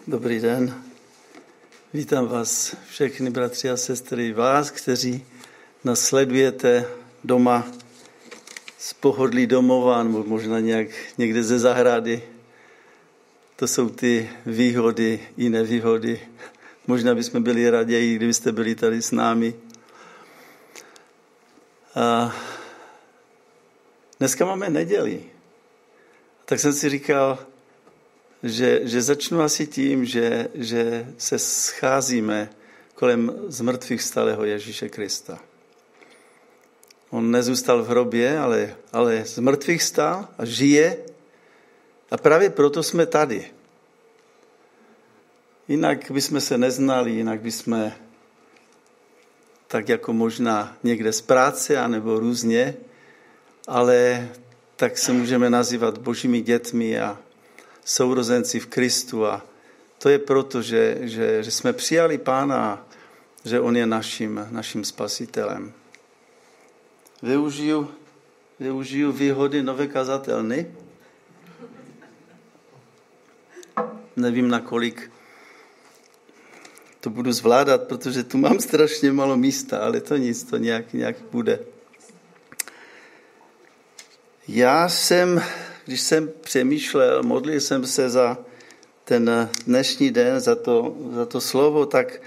Dobrý den. Vítám vás všechny, bratři a sestry, vás, kteří nás sledujete doma z pohodlí domova, nebo možná nějak někde ze zahrady. To jsou ty výhody i nevýhody. Možná bychom byli raději, kdybyste byli tady s námi. A dneska máme neděli. Tak jsem si říkal, že začnu asi tím, že se scházíme kolem zmrtvých vstalého Ježíše Krista. On nezůstal v hrobě, ale z mrtvých vstal a žije a právě proto jsme tady. Jinak bychom se neznali, jinak bychom tak jako možná někde z práce anebo různě, ale tak se můžeme nazývat božími dětmi a sourozenci v Kristu a to je proto, že jsme přijali Pána, že on je naším spasitelem. Využiju výhody nové kazatelny. Nevím, nakolik to budu zvládat, protože tu mám strašně málo místa, ale to nic, to nějak bude. Když jsem přemýšlel, modlil jsem se za ten dnešní den, za to slovo, tak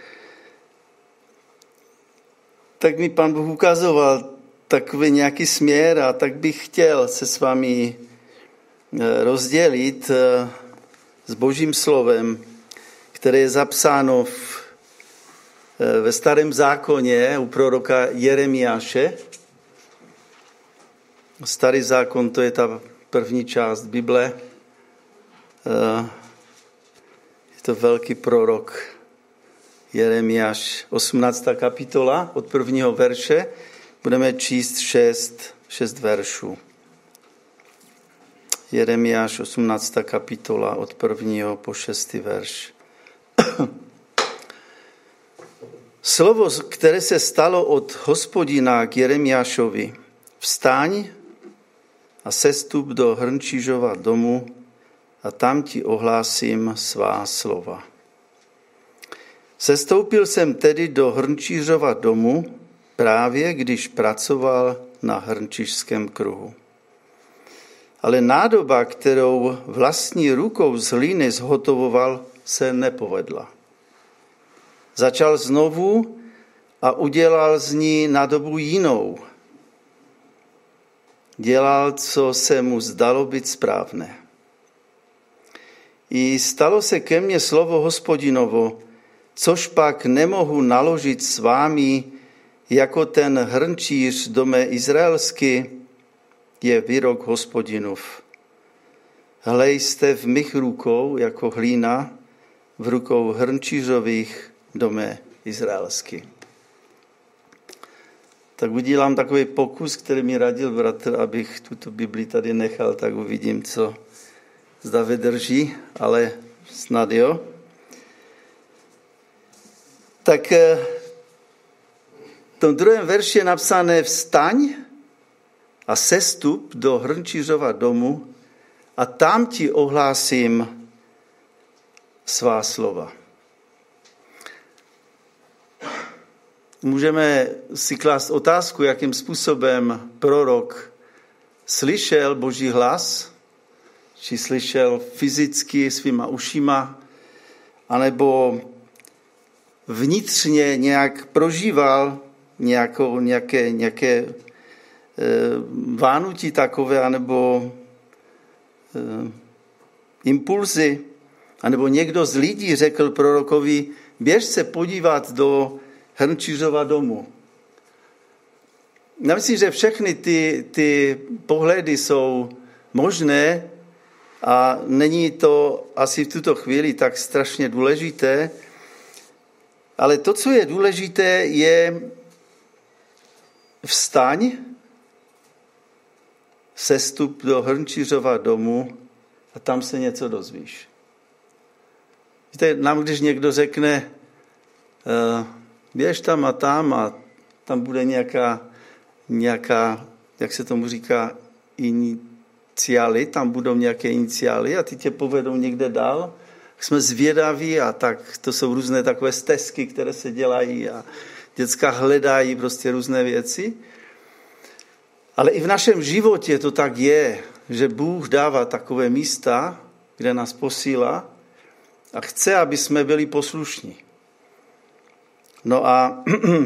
mi Pán Bůh ukazoval takový nějaký směr a tak bych chtěl se s vámi rozdělit s Božím slovem, které je zapsáno ve Starém zákoně u proroka Jeremiáše. Starý zákon, to je ta první část Bible. Je to velký prorok Jeremiáš, 18. kapitola od 1. verše. Budeme číst 6 veršů. Jeremiáš, 18. kapitola od 1. po 6. verš. Slovo, které se stalo od Hospodina k Jeremiášovi. Vstaň a sestup do Hrnčířova domu a tam ti ohlásím svá slova. Sestoupil jsem tedy do Hrnčířova domu, právě když pracoval na hrnčířském kruhu. Ale nádoba, kterou vlastní rukou z hlíny zhotovoval, se nepovedla. Začal znovu a udělal z ní nádobu jinou. Dělal, co se mu zdalo být správné. I stalo se ke mně slovo Hospodinovo, což pak nemohu naložit s vámi, jako ten hrnčíř dome izraelský, je výrok Hospodinův. Hlej, jste v mých rukou jako hlína, v rukou hrnčířových dome izraelský. Tak udělám takový pokus, který mi radil bratr, abych tuto Bibli tady nechal, tak uvidím, co zda vydrží, ale snad jo. Tak v tom druhém verši je napsané vstaň a sestup do Hrnčířova domu a tam ti ohlásím svá slova. Můžeme si klást otázku, jakým způsobem prorok slyšel Boží hlas, či slyšel fyzicky svýma ušima, anebo vnitřně nějak prožíval nějaké vánutí takové, anebo impulzy, anebo někdo z lidí řekl prorokovi, běž se podívat do Hrnčířova domu. Já myslím, že všechny ty pohledy jsou možné a není to asi v tuto chvíli tak strašně důležité, ale to, co je důležité, je vstaň, sestup do Hrnčířova domu a tam se něco dozvíš. Víte, nám když někdo řekne, běž tam a tam bude nějaká, jak se tomu říká, iniciály, tam budou nějaké iniciály a ty tě povedou někde dál jsme zvědaví a tak to jsou různé takové stezky, které se dělají a děcka hledají prostě různé věci. Ale i v našem životě to tak je, že Bůh dává takové místa, kde nás posílá a chce, aby jsme byli poslušní. No a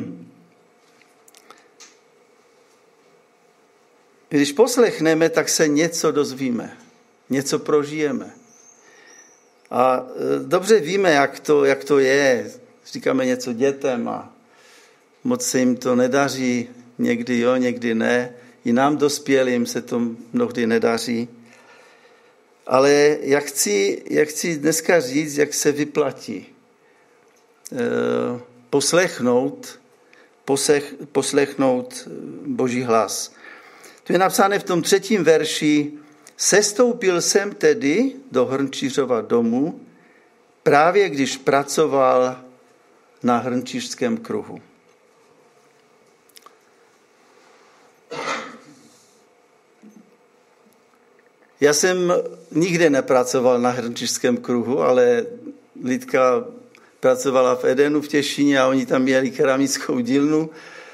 když poslechneme, tak se něco dozvíme, něco prožijeme. A dobře víme, jak to je. Říkáme něco dětem a moc se jim to nedaří. Někdy jo, někdy ne. I nám dospělým se to mnohdy nedaří. Ale jak chci dneska říct, jak se vyplatí poslechnout Boží hlas. To je napsáno v tom 3. verši. Sestoupil jsem tedy do hrnčířova domu, právě když pracoval na hrnčířském kruhu. Já jsem nikdy nepracoval na hrnčířském kruhu, ale Lidka pracovala v Edenu v Těšíně a oni tam měli keramickou dílnu.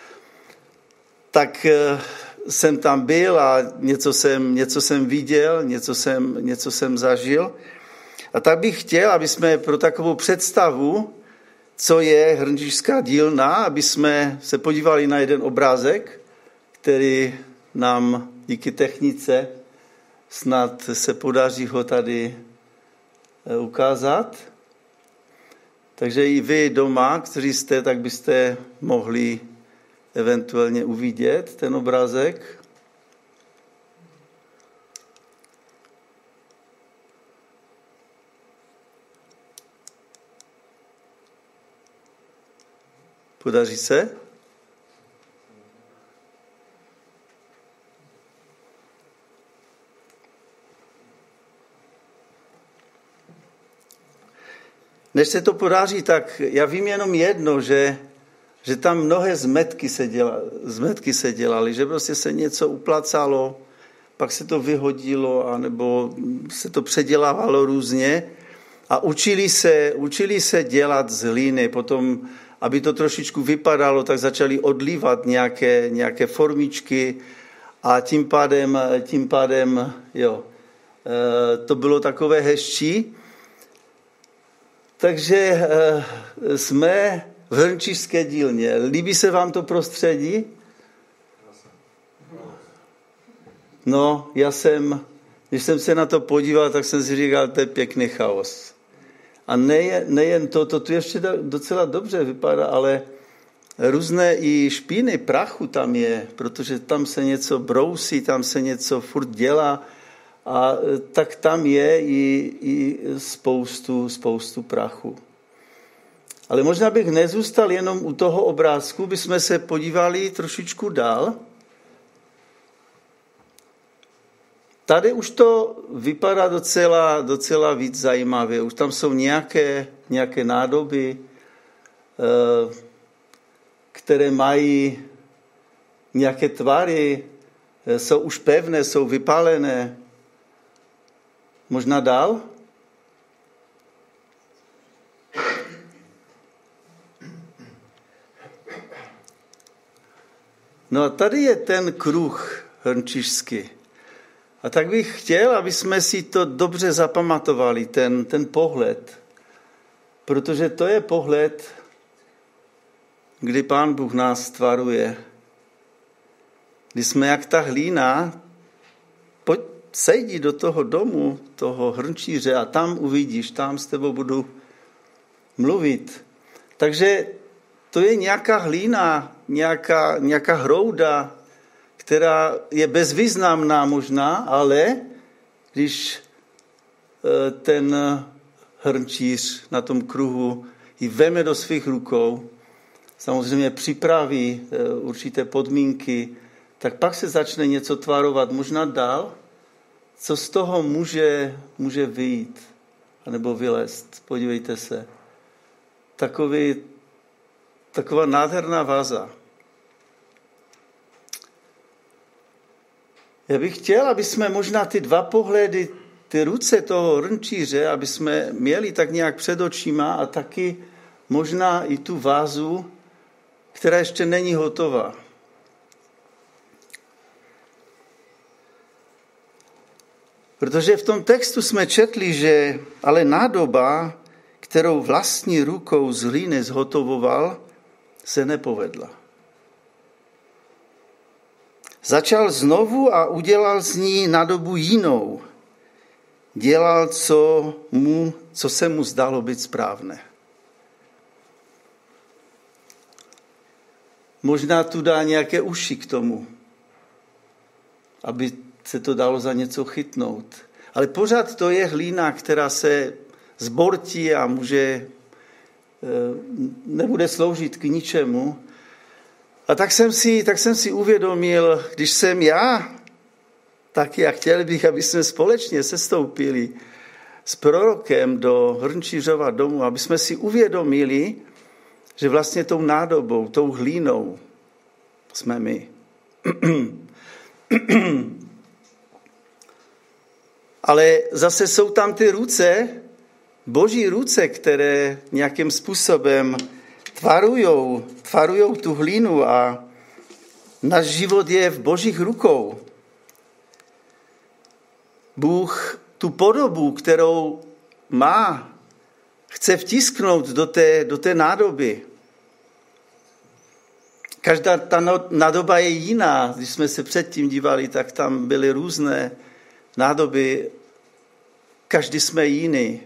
Tak jsem tam byl a něco jsem viděl, něco jsem zažil. A tak bych chtěl, aby jsme pro takovou představu, co je hrnčířská dílna, aby jsme se podívali na jeden obrázek, který nám díky technice snad se podaří ho tady ukázat. Takže i vy doma, kteří jste, tak byste mohli eventuálně uvidět ten obrázek. Podaří se? Než se to podaří, tak já vím jenom jedno, že tam mnohé zmetky se dělaly, že prostě se něco uplacalo, pak se to vyhodilo, anebo se to předělávalo různě a učili se dělat z hlíny. Potom, aby to trošičku vypadalo, tak začali odlívat nějaké formičky a tím pádem to bylo takové hezčí. Takže jsme v hrnčířské dílně. Líbí se vám to prostředí? No, když jsem se na to podíval, tak jsem si říkal, to je pěkný chaos. A nejen to tu ještě docela dobře vypadá, ale různé i špíny, prachu tam je, protože tam se něco brousí, tam se něco furt dělá a tak tam je i spoustu prachu. Ale možná bych nezůstal jenom u toho obrázku, bychom se podívali trošičku dál. Tady už to vypadá docela víc zajímavě. Už tam jsou nějaké nádoby, které mají nějaké tvary, jsou už pevné, jsou vypálené. Možná dál? No a tady je ten kruh hrnčířský. A tak bych chtěl, aby jsme si to dobře zapamatovali, ten pohled. Protože to je pohled, kdy Pán Bůh nás tvaruje. Kdy jsme jak ta hlína, pojď sejdi do toho domu, toho hrnčíře a tam uvidíš, tam s tebou budu mluvit. Takže to je nějaká hlína, nějaká hrouda, která je bezvýznamná možná, ale když ten hrnčíř na tom kruhu ji veme do svých rukou, samozřejmě připraví určité podmínky, tak pak se začne něco tvarovat možná dál, co z toho může vyjít, anebo vylézt. Podívejte se. Taková nádherná váza. Já bych chtěl, aby jsme možná ty dva pohledy ty ruce toho hrnčíře, aby jsme měli tak nějak před očima a taky možná i tu vázu, která ještě není hotová. Protože v tom textu jsme četli, že ale nádoba, kterou vlastní rukou z hlíny zhotovoval, se nepovedla. Začal znovu a udělal z ní nádobu jinou. Dělal, co se mu zdálo být správné. Možná tu dá nějaké uši k tomu, aby se to dalo za něco chytnout. Ale pořád to je hlína, která se zbortí a nebude sloužit k ničemu. A tak jsem si uvědomil, když jsem já, tak já chtěl bych, aby jsme společně sestoupili s prorokem do hrnčířova domu, aby jsme si uvědomili, že vlastně tou nádobou, tou hlínou jsme my. Ale zase jsou tam ty ruce, boží ruce, které nějakým způsobem tvarujou tu hlínu a náš život je v božích rukou. Bůh tu podobu, kterou má, chce vtisknout do té nádoby. Každá ta nádoba je jiná. Když jsme se předtím dívali, tak tam byly různé nádoby. Každý jsme jiný.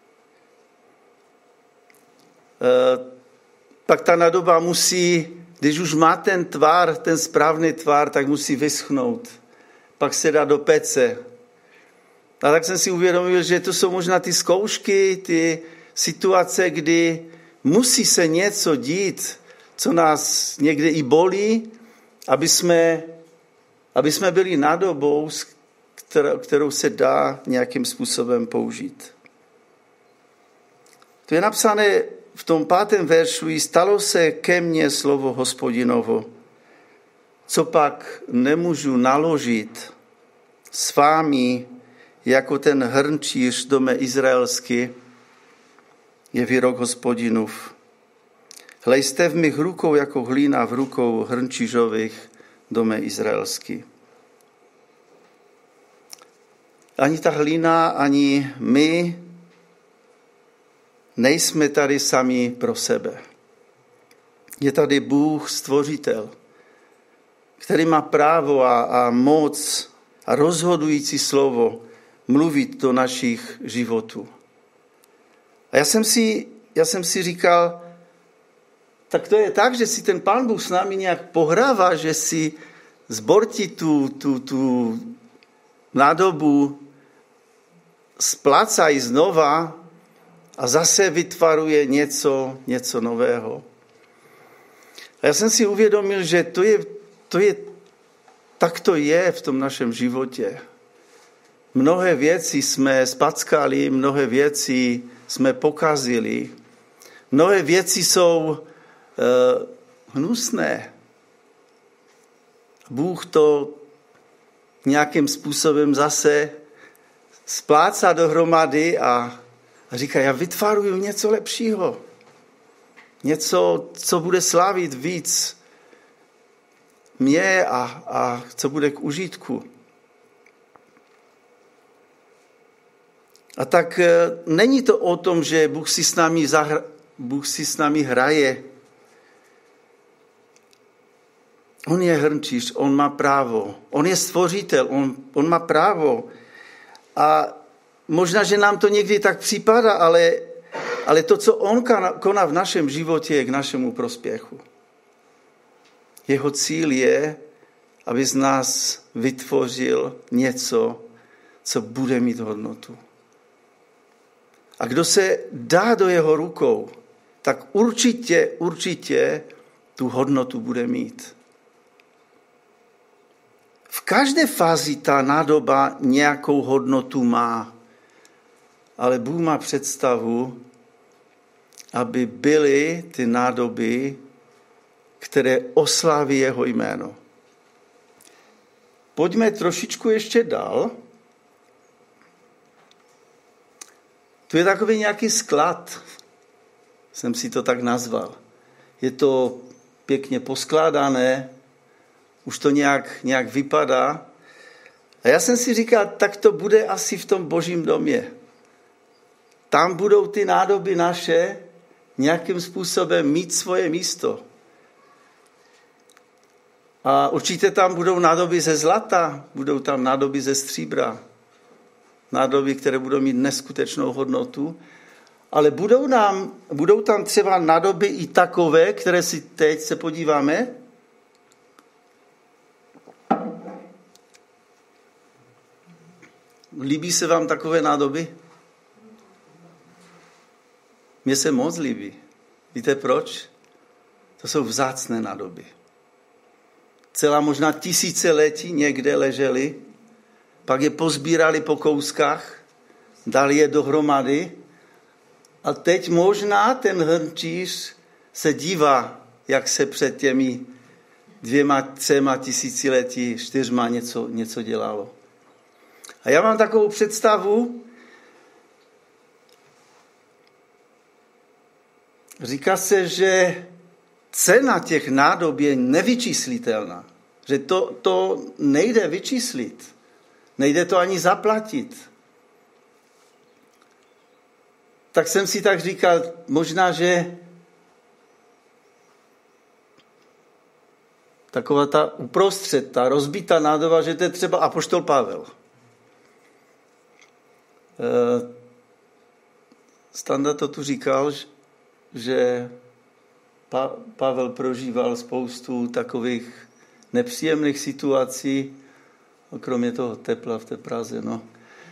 Pak ta nádoba musí, když už má ten tvar, ten správný tvar, tak musí vyschnout. Pak se dá do pece. A tak jsem si uvědomil, že to jsou možná ty zkoušky, ty situace, kdy musí se něco dít, co nás někde i bolí, aby jsme byli nádobou, kterou se dá nějakým způsobem použít. To je napsané v tom 5. verši, stalo se ke mně slovo Hospodinovo, co pak nemůžu naložit s vámi, jako ten hrnčíř dome izraelský, je výrok Hospodinův. Hle, jste v mých rukou jako hlína v rukou hrnčířových dome izraelský. Ani ta hlína, ani my nejsme tady sami pro sebe. Je tady Bůh stvořitel, který má právo a moc a rozhodující slovo mluvit do našich životů. A já jsem si říkal, tak to je tak, že si ten Pán Bůh s námi nějak pohrává, že si zbortí tu nádobu, splácají znova a zase vytvaruje něco nového. A já jsem si uvědomil, že tak to je v tom našem životě. Mnohé věci jsme spackali, mnohé věci jsme pokazili, mnohé věci jsou hnusné. Bůh to nějakým způsobem zase splácá dohromady a říká, já vytvaruju něco lepšího. Něco, co bude slávit víc mě a co bude k užitku. A tak není to o tom, že Bůh si s námi hraje. On je hrnčíř, on má právo. On je stvořitel, on má právo. A možná, že nám to někdy tak připadá, ale to, co on koná v našem životě, je k našemu prospěchu. Jeho cíl je, aby z nás vytvořil něco, co bude mít hodnotu. A kdo se dá do jeho rukou, tak určitě tu hodnotu bude mít. V každé fázi ta nádoba nějakou hodnotu má, ale Bůh má představu, aby byly ty nádoby, které osláví jeho jméno. Pojďme trošičku ještě dál. Tu je takový nějaký sklad, jsem si to tak nazval. Je to pěkně poskládané, už to nějak vypadá. A já jsem si říkal, tak to bude asi v tom Božím domě. Tam budou ty nádoby naše nějakým způsobem mít svoje místo. A určitě tam budou nádoby ze zlata, budou tam nádoby ze stříbra. Nádoby, které budou mít neskutečnou hodnotu. Ale budou tam třeba nádoby i takové, které si teď se podíváme. Líbí se vám takové nádoby? Mně se moc líbí. Víte proč? To jsou vzácné nádoby. Celá možná tisíciletí někde ležely, pak je pozbírali po kouskách, dali je dohromady a teď možná ten hrnčíř se dívá, jak se před těmi 2-3 tisíciletí, 4 něco dělalo. A já mám takovou představu, říká se, že cena těch nádob je nevyčíslitelná. Že to nejde vyčíslit. Nejde to ani zaplatit. Tak jsem si tak říkal, možná, že taková ta uprostřed, ta rozbitá nádoba, že to je třeba apoštol Pavel. Standa to tu říkal, že Pavel prožíval spoustu takových nepříjemných situací, kromě toho tepla v té Praze. No.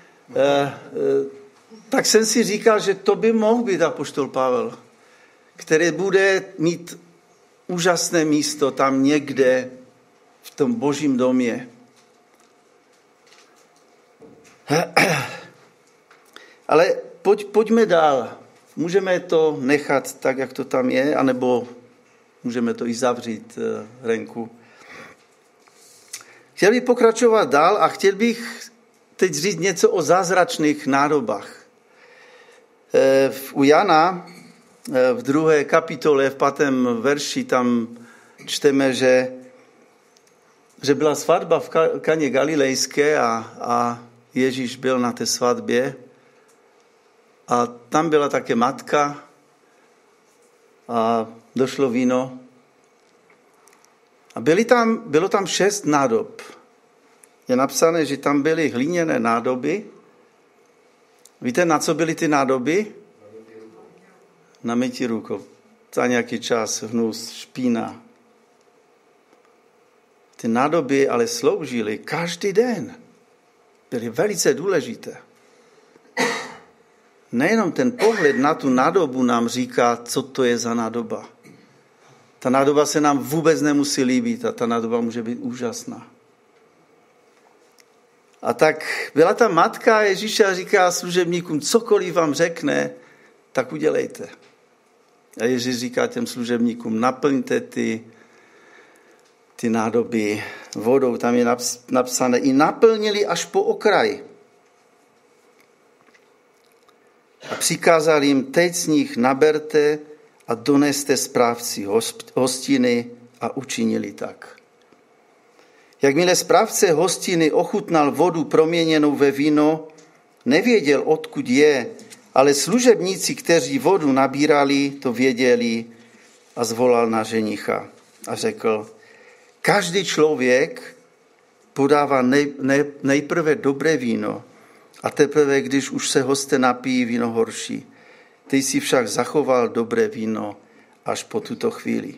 Tak jsem si říkal, že to by mohl být apoštol Pavel, který bude mít úžasné místo tam někde v tom Božím domě. Ale pojďme dál. Můžeme to nechat tak, jak to tam je, anebo můžeme to i zavřít Renku. Chtěl bych pokračovat dál a chtěl bych teď říct něco o zázračných nádobách. U Jana v 2. kapitole, v 5. verši, tam čteme, že byla svatba v Kaně Galilejské a Ježíš byl na té svatbě. A tam byla také matka a došlo víno. A bylo tam 6 nádob. Je napsané, že tam byly hliněné nádoby. Víte, na co byly ty nádoby? Na mytí rukou. Za nějaký čas, hnus, špína. Ty nádoby ale sloužily každý den. Byly velice důležité. Nejenom ten pohled na tu nádobu nám říká, co to je za nádoba. Ta nádoba se nám vůbec nemusí líbit a ta nádoba může být úžasná. A tak byla ta matka Ježíše a říká služebníkům, cokoliv vám řekne, tak udělejte. A Ježíš říká těm služebníkům, naplňte ty nádoby vodou. Tam je napsané, i naplnili až po okraj. A přikázal jim, teď z nich naberte a doneste správci hostiny a učinili tak. Jakmile správce hostiny ochutnal vodu proměněnou ve víno, nevěděl, odkud je, ale služebníci, kteří vodu nabírali, to věděli a zvolal na ženicha a řekl, každý člověk podává nejprve dobré víno a teprve, když už se hosté napijí, víno horší. Ty jsi však zachoval dobré víno až po tuto chvíli.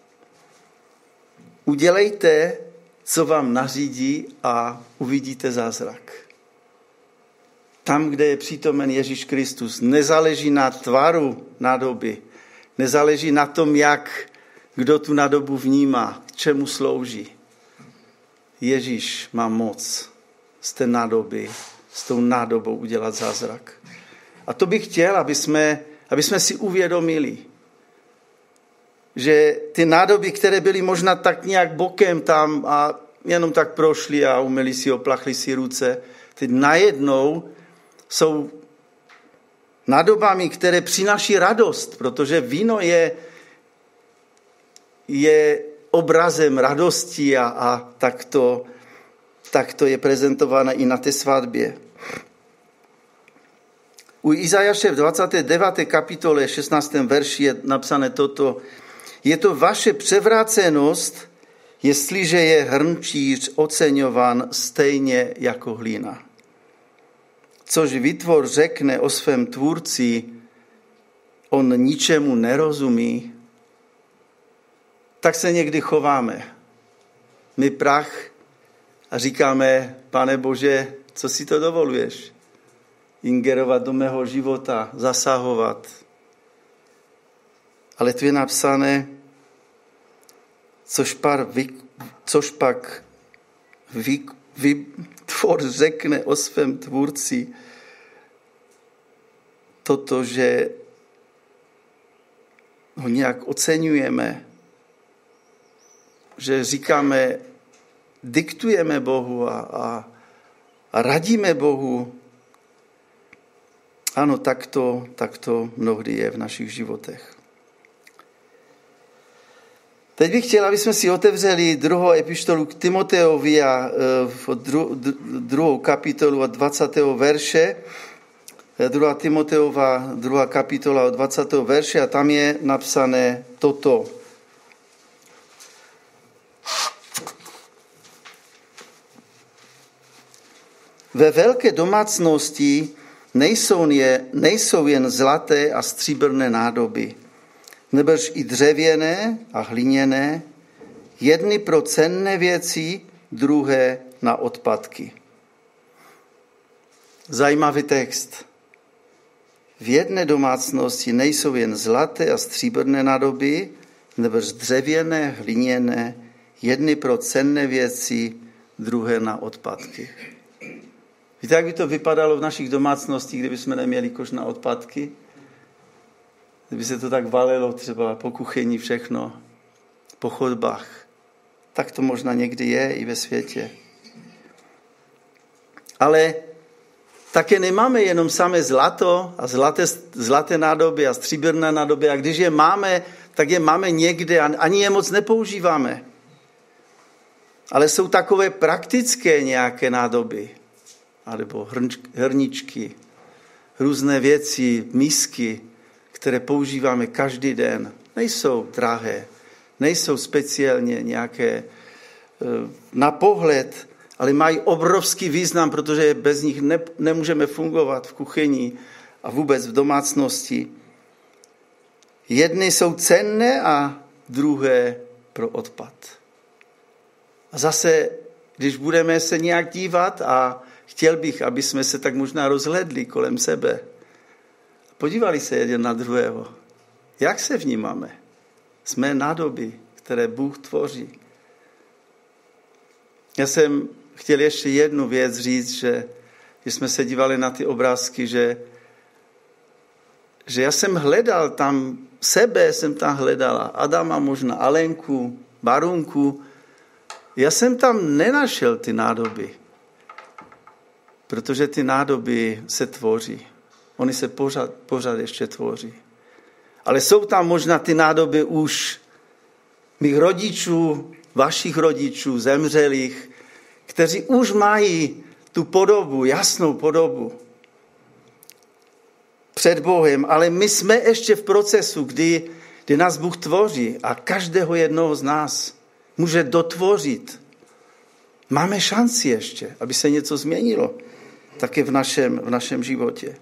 Udělejte, co vám nařídí a uvidíte zázrak. Tam, kde je přítomen Ježíš Kristus, nezáleží na tvaru nádoby, nezáleží na tom, kdo tu nádobu vnímá, k čemu slouží. Ježíš má moc z té nádoby, s tou nádobou udělat zázrak. A to bych chtěl, aby jsme si uvědomili, že ty nádoby, které byly možná tak nějak bokem tam a jenom tak prošli a umyli si, oplachli si ruce, teď najednou jsou nádobami, které přináší radost, protože víno je obrazem radosti a tak to je prezentováno i na té svatbě. U Izajaše v 29. kapitole 16. verši je napsané toto. Je to vaše převrácenost, jestliže je hrnčíř oceňován stejně jako hlína. Což vytvor řekne o svém tvůrci, on ničemu nerozumí, tak se někdy chováme. My prach a říkáme, Pane Bože, co si to dovoluješ? Ingerovat do mého života, zasahovat. Ale tu je napsané, což pak tvor řekne o svém tvůrci toto, že ho nějak oceňujeme, že říkáme, diktujeme Bohu a radíme Bohu. Ano, tak to mnohdy je v našich životech. Teď bych chtěl, aby jsme si otevřeli druhou epištolu k Timoteovi a druhou kapitolu od 20. verše. 2. Timoteova, 2. kapitola od 20. verše a tam je napsané toto. Ve velké domácnosti nejsou jen zlaté a stříbrné nádoby, nebož i dřevěné a hliněné, jedny pro cenné věci, druhé na odpadky. Zajímavý text. V jedné domácnosti nejsou jen zlaté a stříbrné nádoby, nebož dřevěné, hliněné, jedny pro cenné věci, druhé na odpadky. Víte, jak by to vypadalo v našich domácnostích, kdyby jsme neměli koš na odpadky? Kdyby se to tak valilo třeba po kuchyni všechno, po chodbách. Tak to možná někdy je i ve světě. Ale také nemáme jenom samé zlato a zlaté nádoby a stříbrné nádoby. A když je máme, tak je máme někde a ani je moc nepoužíváme. Ale jsou takové praktické nějaké nádoby. Alebo hrničky, různé věci, misky, které používáme každý den. Nejsou drahé, nejsou speciálně nějaké na pohled, ale mají obrovský význam, protože bez nich nemůžeme fungovat v kuchyni a vůbec v domácnosti. Jedny jsou cenné a druhé pro odpad. A zase, když budeme se nějak dívat a chtěl bych, aby jsme se tak možná rozhledli kolem sebe. Podívali se jeden na druhého. Jak se vnímáme? Jsme nádoby, které Bůh tvoří. Já jsem chtěl ještě jednu věc říct, že když jsme se dívali na ty obrázky, že já jsem hledal tam sebe, jsem tam hledala Adama, možná Alenku, Barunku. Já jsem tam nenašel ty nádoby. Protože ty nádoby se tvoří. Oni se pořád ještě tvoří. Ale jsou tam možná ty nádoby už mých rodičů, vašich rodičů, zemřelých, kteří už mají tu podobu, jasnou podobu před Bohem. Ale my jsme ještě v procesu, kdy nás Bůh tvoří a každého jednoho z nás může dotvořit. Máme šanci ještě, aby se něco změnilo. Také v našem životě.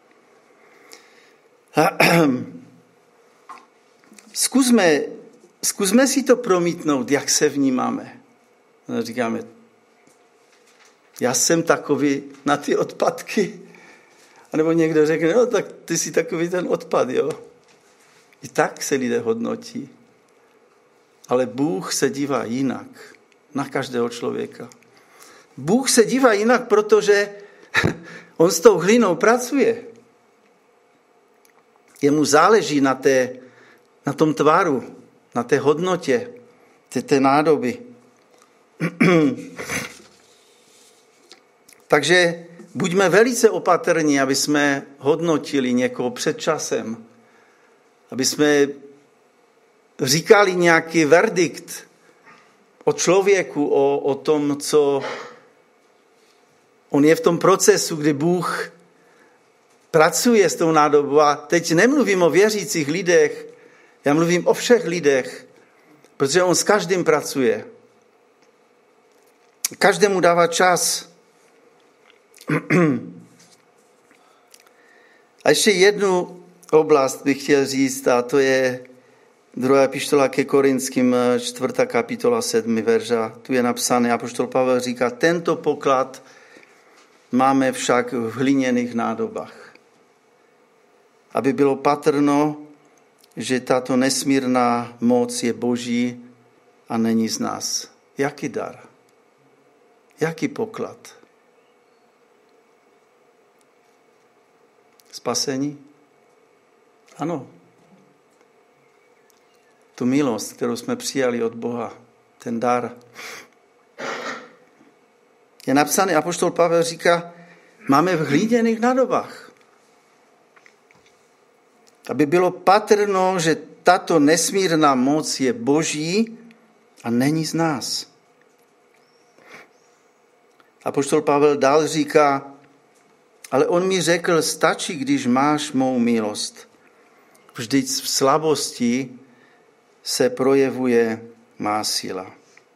Zkusme si to promítnout, jak se vnímáme. Říkáme, já jsem takový na ty odpadky. A nebo někdo řekne, no tak ty jsi takový ten odpad, jo. I tak se lidé hodnotí. Ale Bůh se dívá jinak na každého člověka. Bůh se dívá jinak, protože on s tou hlinou pracuje. Jemu záleží na tom tvaru, na té hodnotě, té nádoby. Takže buďme velice opatrní, aby jsme hodnotili někoho před časem, aby jsme říkali nějaký verdikt o člověku, o tom, co on je v tom procesu, kdy Bůh pracuje s tou nádobou. A teď nemluvím o věřících lidech, já mluvím o všech lidech, protože on s každým pracuje. Každému dává čas. A ještě jednu oblast bych chtěl říct, a to je 2. epištola ke Korinským, 4. kapitola, 7. verš. Tu je napsané, apoštol Pavel říká, tento poklad máme však v hliněných nádobách. Aby bylo patrno, že tato nesmírná moc je Boží a není z nás. Jaký dar? Jaký poklad? Spasení? Ano. Tu milost, kterou jsme přijali od Boha, ten dar. Je napsaný, apoštol Pavel říká, máme v hliněných nádobách. Aby bylo patrno, že tato nesmírná moc je Boží a není z nás. Apoštol Pavel dál říká, ale on mi řekl, stačí, když máš mou milost. Vždyť v slabosti se projevuje má síla.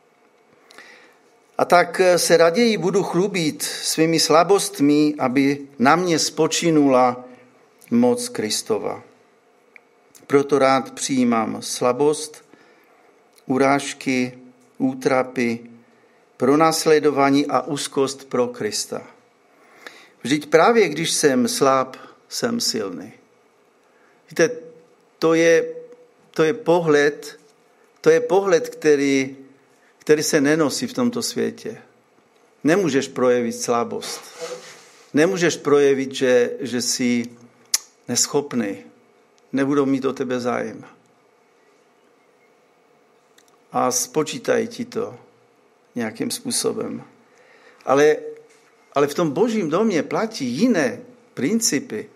A tak se raději budu chlubit svými slabostmi, aby na mě spočinula moc Kristova. Proto rád přijímám slabost, urážky, útrapy, pronásledování a úzkost pro Krista. Vždyť právě když jsem slab, jsem silný. Víte, to je pohled, který se nenosí v tomto světě. Nemůžeš projevit slabost. Nemůžeš projevit, že jsi neschopný. Nebudou mít o tebe zájem. A spočítají ti to nějakým způsobem. Ale v tom Božím domě platí jiné principy.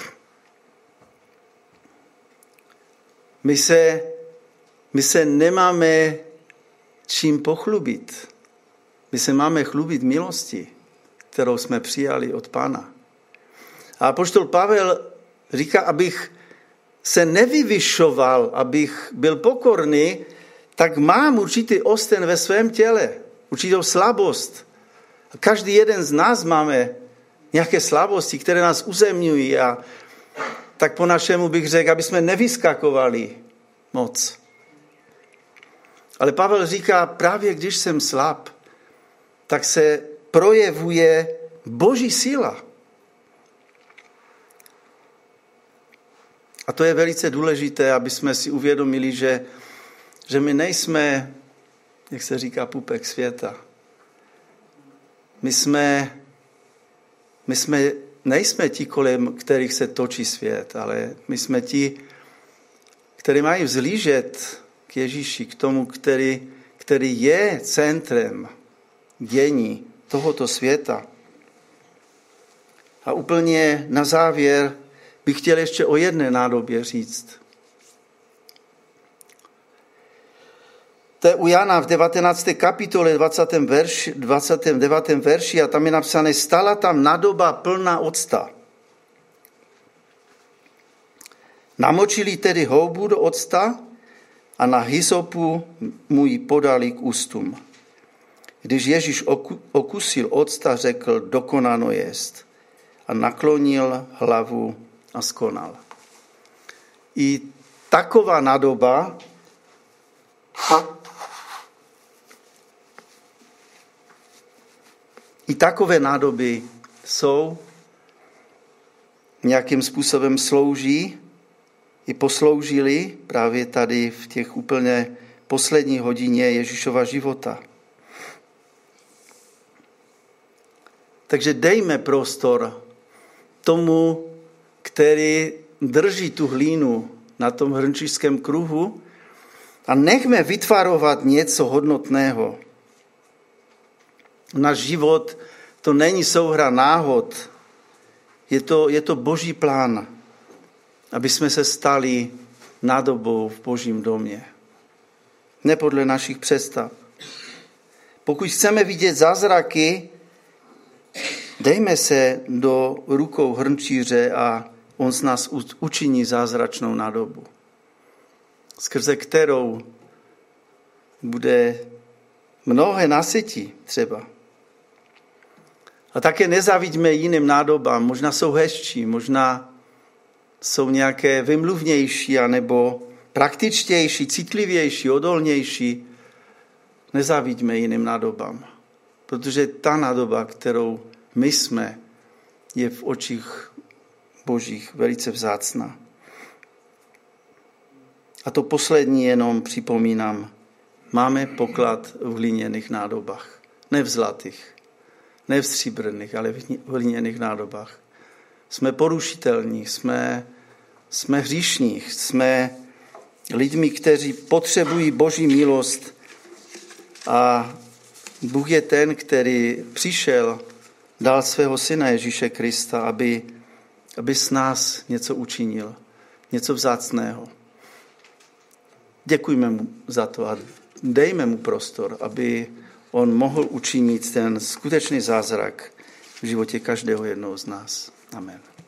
My se nemáme čím pochlubit. My se máme chlubit milosti, kterou jsme přijali od Pána. A apoštol Pavel říká, abych se nevyvyšoval, abych byl pokorný, tak mám určitý osten ve svém těle, určitou slabost. A každý jeden z nás máme nějaké slabosti, které nás uzemňují. A tak po našemu bych řekl, aby jsme nevyskakovali moc. Ale Pavel říká, právě když jsem slab, tak se projevuje Boží síla. A to je velice důležité, aby jsme si uvědomili, že my nejsme, jak se říká, pupek světa. My nejsme ti, kolem kterých se točí svět, ale my jsme ti, kteří mají vzlížet k Ježíši, k tomu, který je centrem dění tohoto světa. A úplně na závěr bych chtěl ještě o jedné nádobě říct. To je u Jana v 19. kapitole 29. verši a tam je napsané, stala tam nádoba plná octa. Namočili tedy houbu do octa a na hysopu mu ji podali k ústům. Když Ježíš okusil octa, řekl, dokonáno jest. A naklonil hlavu a skonal. I taková nádoba i takové nádoby jsou, nějakým způsobem slouží, i posloužili právě tady v těch úplně poslední hodině Ježíšova života. Takže dejme prostor tomu, který drží tu hlínu na tom hrnčířském kruhu a nechme vytvarovat něco hodnotného. Náš život To není souhra náhod. Je to Boží plán, aby jsme se stali nádobou v Božím domě. Ne podle našich představ. Pokud chceme vidět zázraky, dejme se do rukou hrnčíře a on z nás učiní zázračnou nádobu, skrze kterou bude mnohé nasytí třeba. A také nezáviďme jiným nádobám. Možná jsou hezčí, možná jsou nějaké vymluvnější, anebo praktičtější, citlivější, odolnější. Nezáviďme jiným nádobám. Protože ta nádoba, kterou my jsme, je v očích Božích velice vzácná. A to poslední jenom připomínám. Máme poklad v hliněných nádobách. Ne v zlatých, ne v stříbrných, ale v hliněných nádobách. Jsme porušitelní, jsme hříšní, jsme lidmi, kteří potřebují Boží milost a Bůh je ten, který přišel, dal svého syna Ježíše Krista, aby s nás něco učinil, něco vzácného. Děkujme mu za to a dejme mu prostor, aby on mohl učinit ten skutečný zázrak v životě každého jednoho z nás. Amen.